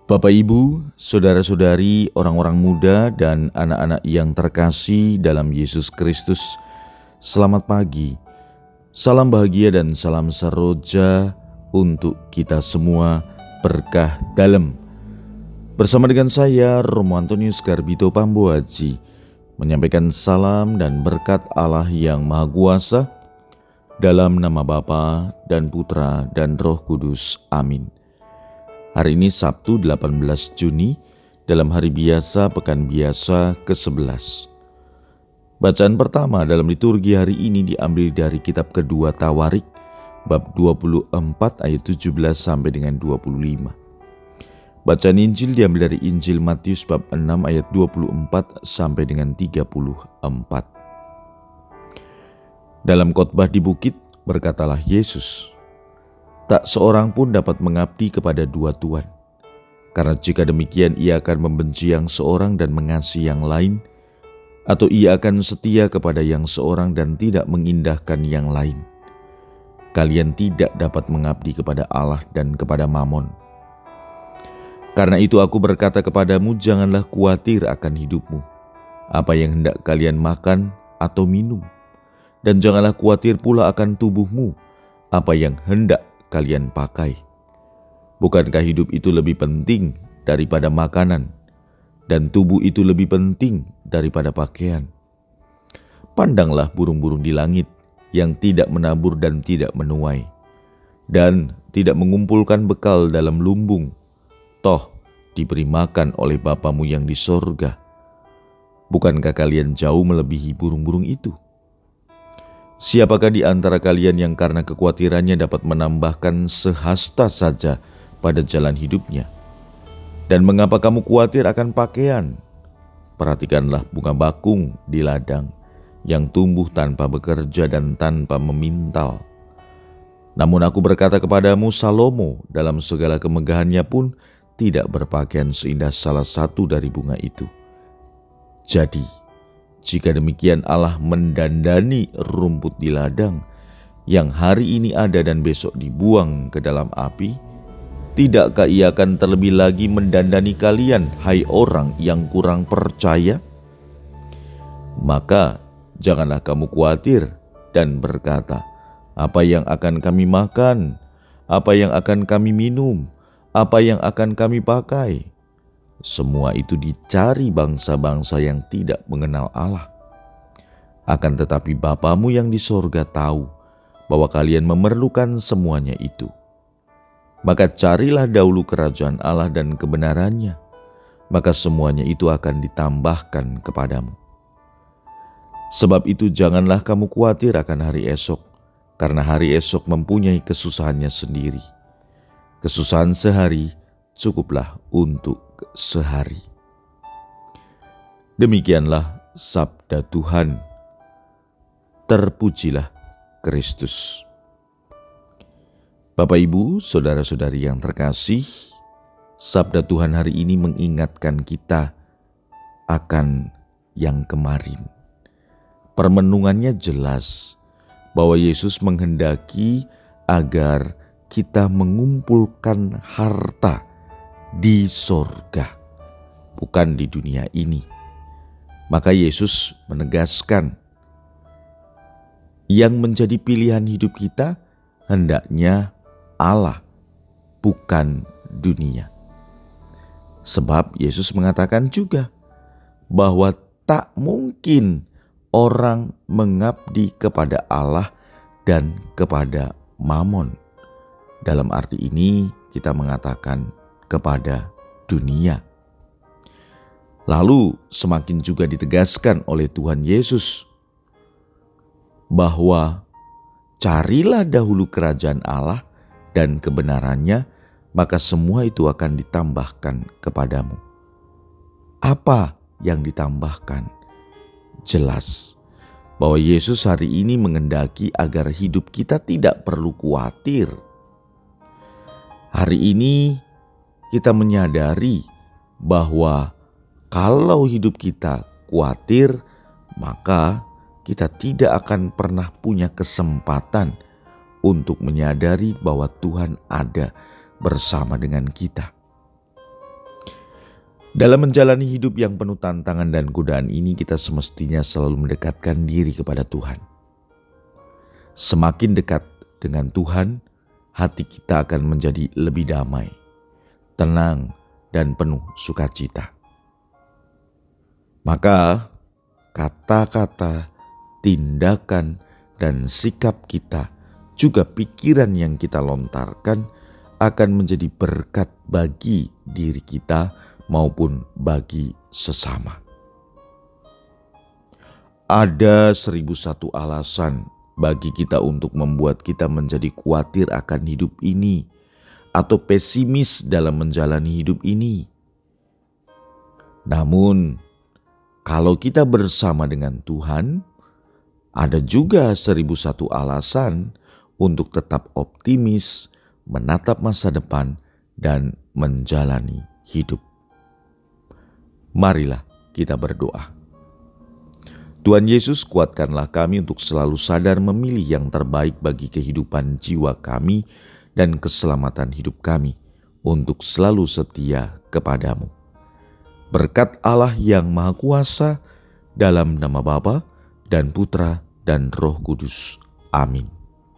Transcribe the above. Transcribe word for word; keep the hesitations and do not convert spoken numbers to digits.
Bapak, Ibu, saudara-saudari, orang-orang muda, dan anak-anak yang terkasih dalam Yesus Kristus, selamat pagi. Salam bahagia dan salam saroja untuk kita semua, berkah dalam. Bersama dengan saya, Romo Antonius Garbito Pambuaji, menyampaikan salam dan berkat Allah yang Maha Kuasa, dalam nama Bapa dan Putra dan Roh Kudus. Amin. Hari ini Sabtu delapan belas Juni dalam hari biasa pekan biasa ke sebelas. Bacaan pertama dalam liturgi hari ini diambil dari kitab kedua Tawarik bab dua puluh empat ayat tujuh belas sampai dengan dua puluh lima. Bacaan Injil diambil dari Injil Matius bab enam ayat dua puluh empat sampai dengan tiga puluh empat. Dalam khotbah di bukit berkatalah Yesus, "Tak seorang pun dapat mengabdi kepada dua tuan, karena jika demikian ia akan membenci yang seorang dan mengasihi yang lain, atau ia akan setia kepada yang seorang dan tidak mengindahkan yang lain. Kalian tidak dapat mengabdi kepada Allah dan kepada Mamon. Karena itu aku berkata kepadamu, janganlah khawatir akan hidupmu, apa yang hendak kalian makan atau minum, dan janganlah khawatir pula akan tubuhmu, apa yang hendak kalian pakai. Bukankah hidup itu lebih penting daripada makanan, dan tubuh itu lebih penting daripada pakaian? Pandanglah burung-burung di langit yang tidak menabur dan tidak menuai, dan tidak mengumpulkan bekal dalam lumbung, toh diberi makan oleh Bapamu yang di sorga. Bukankah kalian jauh melebihi burung-burung itu? Siapakah di antara kalian yang karena kekhawatirannya dapat menambahkan sehasta saja pada jalan hidupnya? Dan mengapa kamu khawatir akan pakaian? Perhatikanlah bunga bakung di ladang yang tumbuh tanpa bekerja dan tanpa memintal. Namun aku berkata kepadamu, Salomo dalam segala kemegahannya pun tidak berpakaian seindah salah satu dari bunga itu. Jadi, jika demikian Allah mendandani rumput di ladang yang hari ini ada dan besok dibuang ke dalam api, tidakkah ia akan terlebih lagi mendandani kalian, hai orang yang kurang percaya? Maka janganlah kamu khawatir dan berkata, apa yang akan kami makan, apa yang akan kami minum, apa yang akan kami pakai? Semua itu dicari bangsa-bangsa yang tidak mengenal Allah. Akan tetapi Bapamu yang di sorga tahu bahwa kalian memerlukan semuanya itu. Maka carilah dahulu kerajaan Allah dan kebenarannya, maka semuanya itu akan ditambahkan kepadamu. Sebab itu janganlah kamu khawatir akan hari esok, karena hari esok mempunyai kesusahannya sendiri. Kesusahan sehari cukuplah untuk sehari." Demikianlah sabda Tuhan. Terpujilah Kristus. Bapak, Ibu, saudara-saudari yang terkasih, sabda Tuhan hari ini mengingatkan kita akan yang kemarin. Permenungannya jelas bahwa Yesus menghendaki agar kita mengumpulkan harta di sorga, bukan di dunia ini. Maka Yesus menegaskan, yang menjadi pilihan hidup kita hendaknya Allah, bukan dunia. Sebab Yesus mengatakan juga bahwa tak mungkin orang mengabdi kepada Allah dan kepada Mamon. Dalam arti ini kita mengatakan kepada dunia. Lalu semakin juga ditegaskan oleh Tuhan Yesus bahwa carilah dahulu kerajaan Allah dan kebenarannya, maka semua itu akan ditambahkan kepadamu. Apa yang ditambahkan? Jelas bahwa Yesus hari ini menghendaki agar hidup kita tidak perlu khawatir. Hari ini kita menyadari bahwa kalau hidup kita khawatir, maka kita tidak akan pernah punya kesempatan untuk menyadari bahwa Tuhan ada bersama dengan kita. Dalam menjalani hidup yang penuh tantangan dan godaan ini, kita semestinya selalu mendekatkan diri kepada Tuhan. Semakin dekat dengan Tuhan, hati kita akan menjadi lebih damai, tenang, dan penuh sukacita. Maka kata-kata, tindakan, dan sikap kita, juga pikiran yang kita lontarkan akan menjadi berkat bagi diri kita maupun bagi sesama. Ada seribu satu alasan bagi kita untuk membuat kita menjadi khawatir akan hidup ini atau pesimis dalam menjalani hidup ini. Namun, kalau kita bersama dengan Tuhan, ada juga seribu satu alasan untuk tetap optimis, menatap masa depan, dan menjalani hidup. Marilah kita berdoa. Tuhan Yesus, kuatkanlah kami untuk selalu sadar memilih yang terbaik bagi kehidupan jiwa kami dan keselamatan hidup kami, untuk selalu setia kepadamu. Berkat Allah yang Maha Kuasa, dalam nama Bapa dan Putra dan Roh Kudus. Amin.